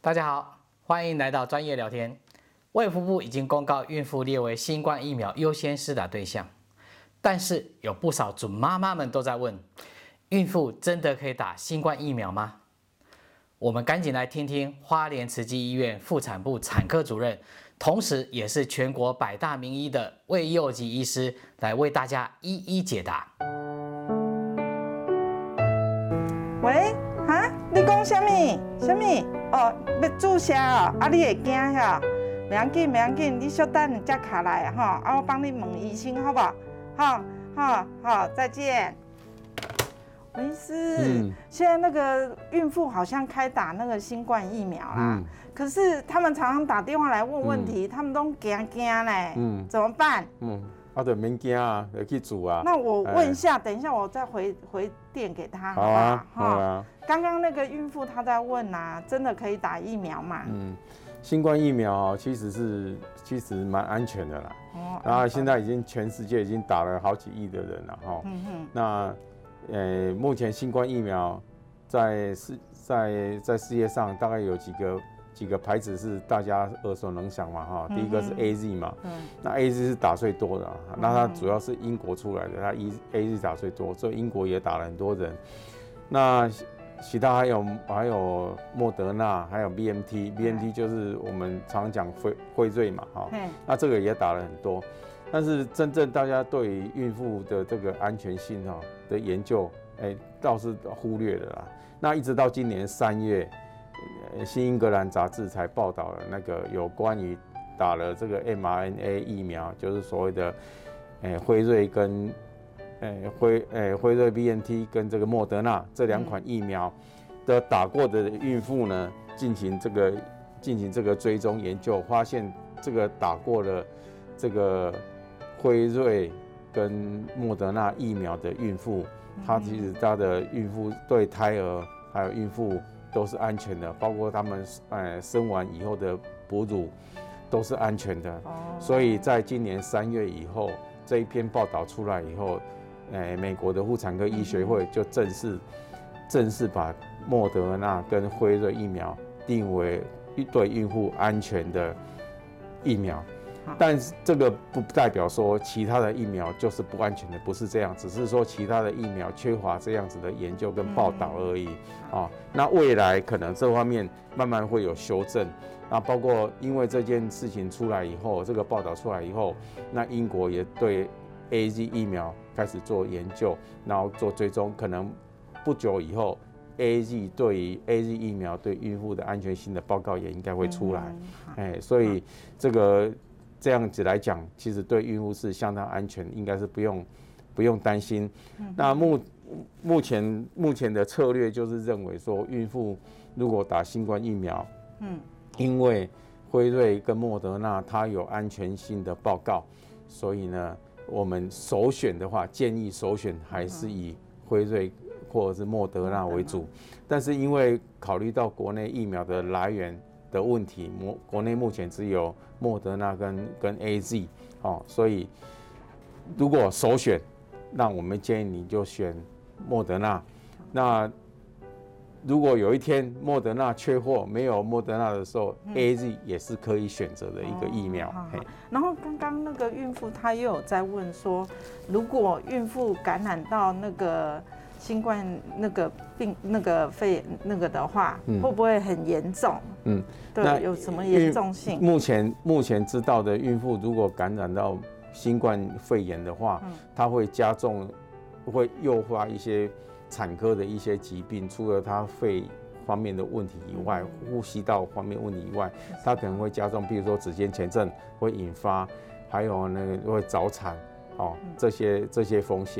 大家好，欢迎来到专业聊天。卫福部已经公告孕妇列为新冠疫苗优先施打对象，但是有不少准妈妈们都在问，孕妇真的可以打新冠疫苗吗？我们赶紧来听听花莲慈济医院妇产部产科主任，同时也是全国100大名医的魏佑吉医师来为大家一一解答。 喂，哈，你讲什么？什么？哦，要注射哦，啊，你会惊吓？袂要紧，袂要紧，你稍等才卡来吼，啊，我帮你问医生好不好？好，再见。医师，现在那个孕妇好像开打那个新冠疫苗啦，可是他们常常打电话来问问题，他们都惊嘞，怎么办？ 就免惊啊，要去做啊。 那我问一下，等一下我再回电给他，好不好？ 好啊。 刚刚那个孕妇她在问啊，真的可以打疫苗吗？ 新冠疫苗其实蛮安全的啦。然后现在全世界已经打了好几亿的人了哈。那目前新冠疫苗在世界上大概有几个牌子是大家耳熟能详嘛哈。第一个是 AZ 嘛，那 AZ 是打最多的，那它主要是英国出来的，它 AZ 打最多，所以英国也打了很多人。那其他还有莫德纳，还有 BNT 就是我们常讲辉瑞嘛哈，那这个也打了很多。但是真正大家对于孕妇的这个安全性的研究，倒是忽略了啦。那一直到今年3月。新英格兰杂志才报道了那个有关于打了这个 mRNA 疫苗，就是所谓的辉瑞跟辉瑞 BNT 跟这个莫德纳这2款疫苗的打过的孕妇呢，进行这个追踪研究，发现这个打过了这个辉瑞跟莫德纳疫苗的孕妇，她其实她的孕妇对胎儿还有孕妇都是安全的，包括他们生完以后的哺乳都是安全的。所以在今年3月以后，这一篇报道出来以后，美国的妇产科医学会就正式把莫德纳跟辉瑞疫苗定为对孕妇安全的疫苗。但是这个不代表说其他的疫苗就是不安全的，不是这样，只是说其他的疫苗缺乏这样子的研究跟报道而已。那未来可能这方面慢慢会有修正。那包括因为这件事情出来以后，这个报道出来以后，那英国也对 AZ 疫苗开始做研究，然后做追踪，可能不久以后 AZ 对于 AZ 疫苗对孕妇的安全性的报告也应该会出来。所以这样子来讲，其实对孕妇是相当安全，应该是不用担心。那目前的策略就是认为说，孕妇如果打新冠疫苗，因为辉瑞跟莫德纳它有安全性的报告，所以呢，我们首选的话，建议首选还是以辉瑞或者是莫德纳为主。但是因为考虑到国内疫苗的来源的问题，国内目前只有莫德纳跟 AZ， 所以如果首选，那我们建议你就选莫德纳。那如果有一天莫德纳缺货，没有莫德纳的时候，AZ 也是可以选择的一个疫苗。 然后刚刚那个孕妇她又有在问说，如果孕妇感染到那个新冠那个病那个肺那个的话，会不会很严重？对，有什么严重性？ 目前知道的孕妇如果感染到新冠肺炎的话，它会加重，会诱发一些产科的一些疾病，除了它肺方面的问题以外，呼吸道方面问题以外，它可能会加重，比如说子痫前症会引发，还有那个会早产，这些风险。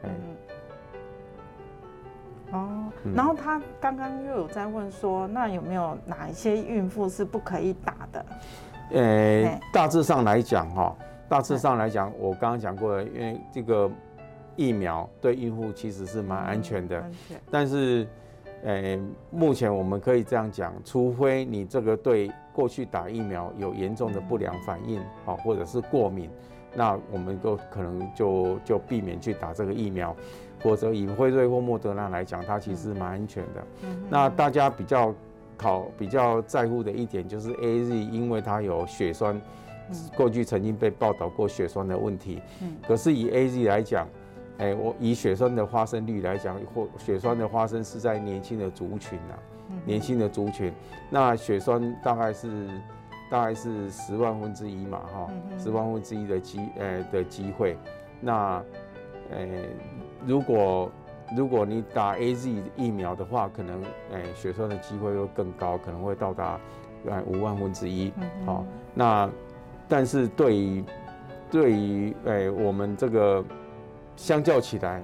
然后他刚刚又有在问说，那有没有哪一些孕妇是不可以打的？ 大致上来讲，我刚刚讲过了，因为这个疫苗对孕妇其实是蛮安全的，但是，目前我们可以这样讲，除非你这个对过去打疫苗有严重的不良反应，或者是过敏，那我们可能就避免去打这个疫苗。或者以辉瑞或莫德纳来讲，它其实蛮安全的。那大家比较比较在乎的一点就是 AZ， 因为它有血栓，过去曾经被报道过血栓的问题。可是以 AZ 来讲，我以血栓的发生率来讲，或血栓的发生是在年轻的族群啊，年轻的族群，那血栓大概是10万分之1嘛，哈，10万分之1的机会。那如果你打 AZ 疫苗的话，可能血栓的机会又更高，可能会到达5万分之1。好，那但是对于我们这个相较起来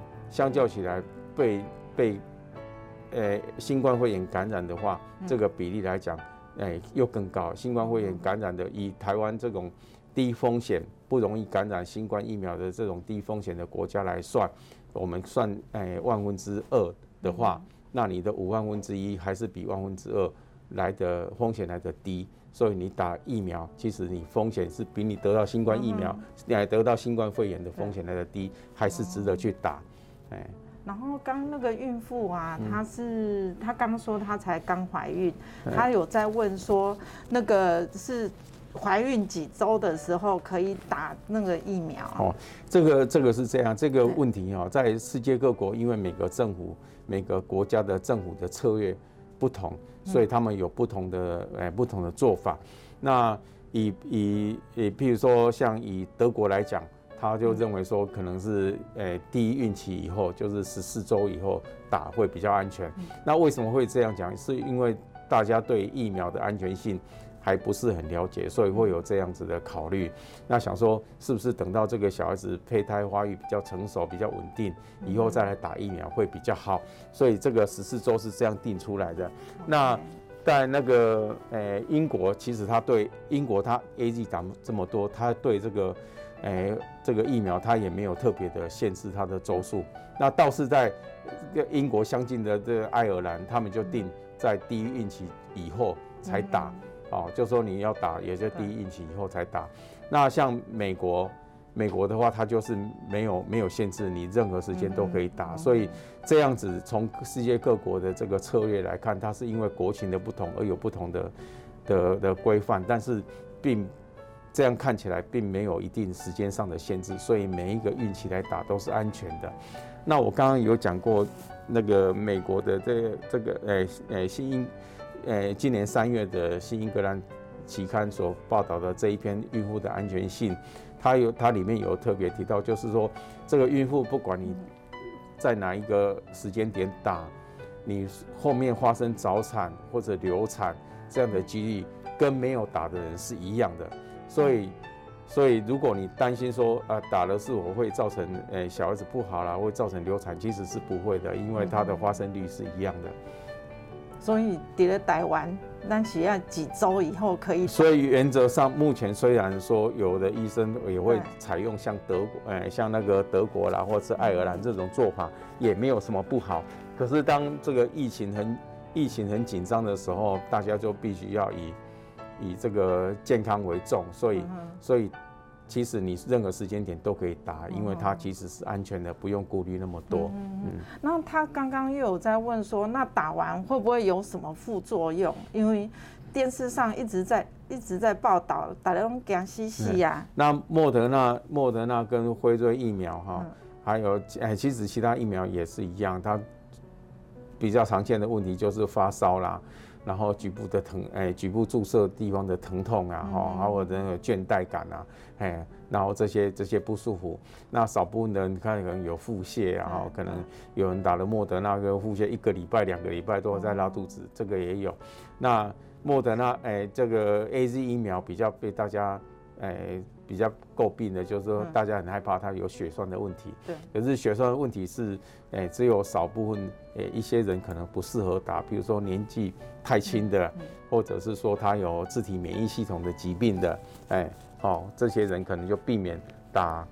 被新冠肺炎感染的话，这个比例来讲，又更高。新冠肺炎感染的，以台湾这种低风险、不容易感染新冠疫苗的这种低风险的国家来算，我们算1/万的话，那你的5万分之1还是比1/万来的风险来的低。所以你打疫苗，其实你风险是比你得到新冠疫苗、得到新冠肺炎的风险来的低，还是值得去打。 然后刚那个孕妇啊，她刚说她才刚怀孕，她有在问说那个是怀孕几周的时候可以打那个疫苗？ 哦，这个是这样，这个问题哈，在世界各国，因为每个国家的政府的策略不同，所以他们有不同的做法。那譬如说像以德国来讲，他就认为说可能是第一孕期以后，就是14周以后打会比较安全。那为什么会这样讲？是因为大家对疫苗的安全性还不是很了解，所以会有这样子的考虑。那想说是不是等到这个小孩子胚胎发育比较成熟、比较稳定以后再来打疫苗会比较好？所以这个14周是这样定出来的。那在那个英国，其实他对英国他 AZ 打这么多，他对这个疫苗他也没有特别的限制它的周数。那倒是在英国相近的这个爱尔兰，他们就定在第一孕期以后才打。就说你要打，也就第一孕期以后才打。那像美国的话，它就是没有限制，你任何时间都可以打。所以这样子从世界各国的这个策略来看，它是因为国情的不同而有不同的规范，但是这样看起来并没有一定时间上的限制，所以每一个孕期来打都是安全的。那我刚刚有讲过那个美国的这个今年3月的新英格兰期刊所报道的这一篇孕妇的安全性，它里面有特别提到，就是说这个孕妇不管你在哪一个时间点打，你后面发生早产或者流产这样的几率跟没有打的人是一样的。所以如果你担心说打了是我会造成小孩子不好啦，会造成流产，其实是不会的，因为它的发生率是一样的。 所以在台湾，咱是要几周以后可以打。 所以原则上，目前虽然说有的医生也会采用像像那个德国啦，或者是爱尔兰这种做法，也没有什么不好。可是当这个疫情很紧张的时候，大家就必须要以这个健康为重，所以其实你任何时间点都可以打，因为它其实是安全的，不用顾虑那么多。 那他刚刚又有在问说，那打完会不会有什么副作用？因为电视上一直在报道，大家都惊死死啊。 那莫德纳跟辉瑞疫苗哈，还有其实其他疫苗也是一样，它比较常见的问题就是发烧啦。然后局部的局部注射地方的疼痛啊，还有那个倦怠感啊，然后这些不舒服，那少部分人看可能有腹泻啊，可能有人打了莫德纳跟腹泻1个礼拜、2个礼拜都在拉肚子，这个也有。那莫德纳这个 AZ 疫苗比较被大家比较诟病的，就是说大家很害怕它有血栓的问题。对。可是血栓的问题是，只有少部分一些人可能不适合打，比如说年纪太轻的，或者是说他有自体免疫系统的疾病的，这些人可能就避免打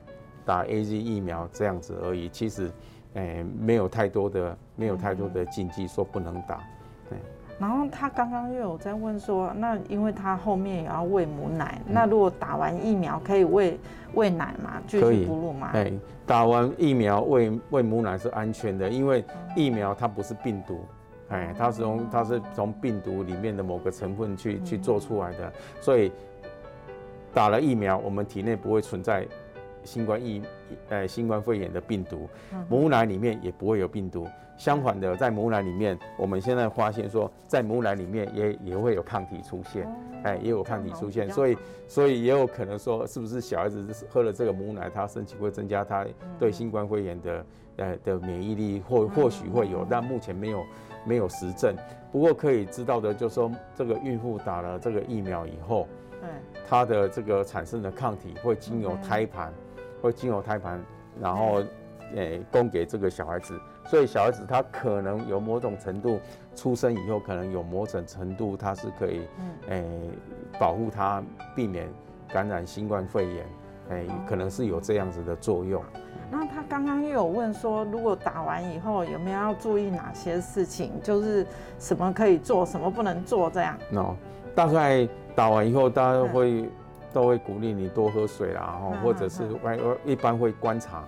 AZ 疫苗这样子而已。其实，没有太多的禁忌说不能打。 然后他刚刚又有在问说，那因为他后面也要喂母奶，那如果打完疫苗可以喂奶吗？继续哺乳吗？打完疫苗喂母奶是安全的，因为疫苗它不是病毒， 它是从病毒里面的某个成分去做出来的，所以打了疫苗，我们体内不会存在新冠肺炎的病毒，母奶里面也不会有病毒。相反的，在母奶里面，我们现在发现说，在母奶里面也会有抗体出现，也有抗体出现，所以也有可能说，是不是小孩子喝了这个母奶，他身体会增加他对新冠肺炎的免疫力，或许会有，但目前没有实证。不过可以知道的就是说，这个孕妇打了这个疫苗以后，她的这个产生的抗体会经由胎盘，然后供给这个小孩子，所以小孩子他可能有某种程度出生以后，可能有某种程度他是可以保护他避免感染新冠肺炎，可能是有这样子的作用。 那他刚刚又有问说，如果打完以后有没有要注意哪些事情，就是什么可以做，什么不能做这样？ 大概打完以后，大家都会鼓励你多喝水啦，或者是一般会观察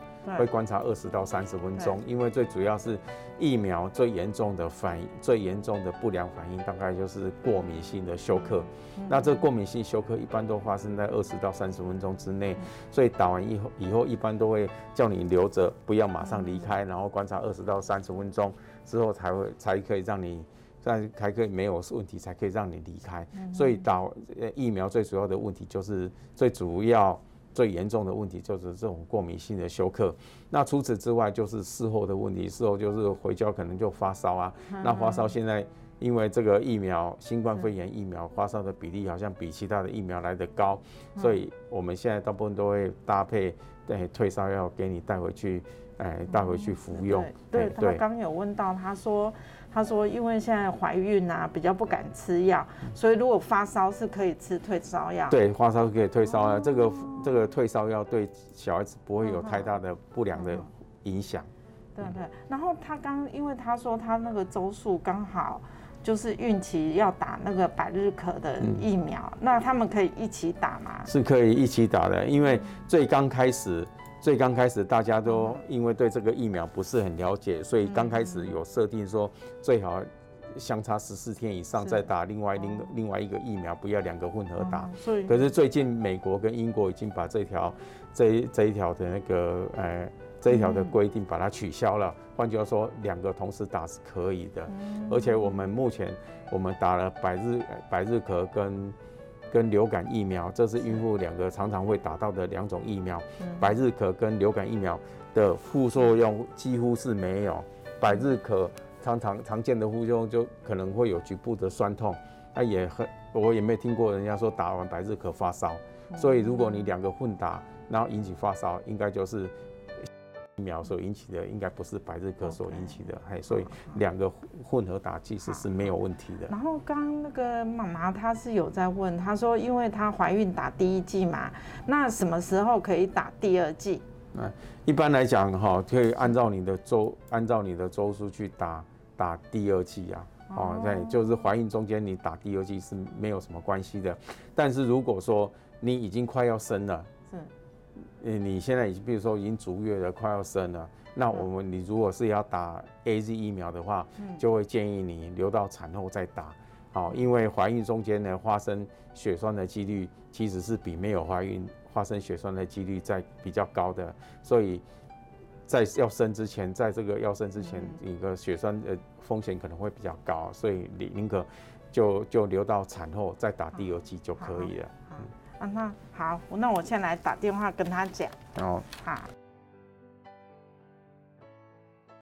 20到30分钟，因为最主要是疫苗最严重的不良反应，大概就是过敏性的休克。那这个过敏性休克一般都发生在20到30分钟之内，所以打完以后一般都会叫你留着，不要马上离开，然后观察20到30分钟之后才可以让你。才可以没有问题，才可以让你离开。所以打疫苗最主要的问题就是最严重的问题就是这种过敏性的休克。那除此之外就是事后的问题，事后就是回家可能就发烧啊。那发烧现在因为这个疫苗，新冠肺炎疫苗发烧的比例好像比其他的疫苗来得高，所以我们现在大部分都会搭配退烧药给你带回去服用。 对，他刚有问到，他说因为现在怀孕啊，比较不敢吃药，所以如果发烧是可以吃退烧药。 对，发烧可以退烧药，这个退烧药对小孩子不会有太大的不良的影响。 对。然后因为他说他那个周数刚好就是孕期要打那个百日咳的疫苗，那他们可以一起打吗？ 是可以一起打的，因为最刚开始大家都因为对这个疫苗不是很了解，所以刚开始有设定说最好相差14天以上再打另外一个疫苗，不要2个混合打。可是最近美国跟英国已经把这一条的那个这一条的规定把它取消了。换句话说，2个同时打是可以的。而且目前我们打了百日咳跟流感疫苗，这是孕妇2个常常会打到的2种疫苗。百日咳跟流感疫苗的副作用几乎是没有。百日咳常见的副作用就可能会有局部的酸痛，我也没听过人家说打完百日咳发烧。所以如果你2个混打，然后引起发烧，应该就是疫苗所引起的，应该不是百日咳所引起的。所以2个混合打其实是没有问题的。 然后刚那个妈妈她是有在问，她说因为她怀孕打第1剂嘛，那什么时候可以打第2剂？ 一般来讲可以按照你的周数去打第2剂啊。对，就是怀孕中间你打第2剂是没有什么关系的。但是如果说你已经快要生了，你现在比如说已经足月了，快要生了，那你如果是要打 AZ 疫苗的话，就会建议你留到产后再打。因为怀孕中间呢发生血栓的几率其实是比没有怀孕发生血栓的几率在比较高的，所以在要生之前，一个血栓的风险可能会比较高，所以你宁可就留到产后再打第2剂就可以了。 那好，那我现在来打电话跟他讲。 好。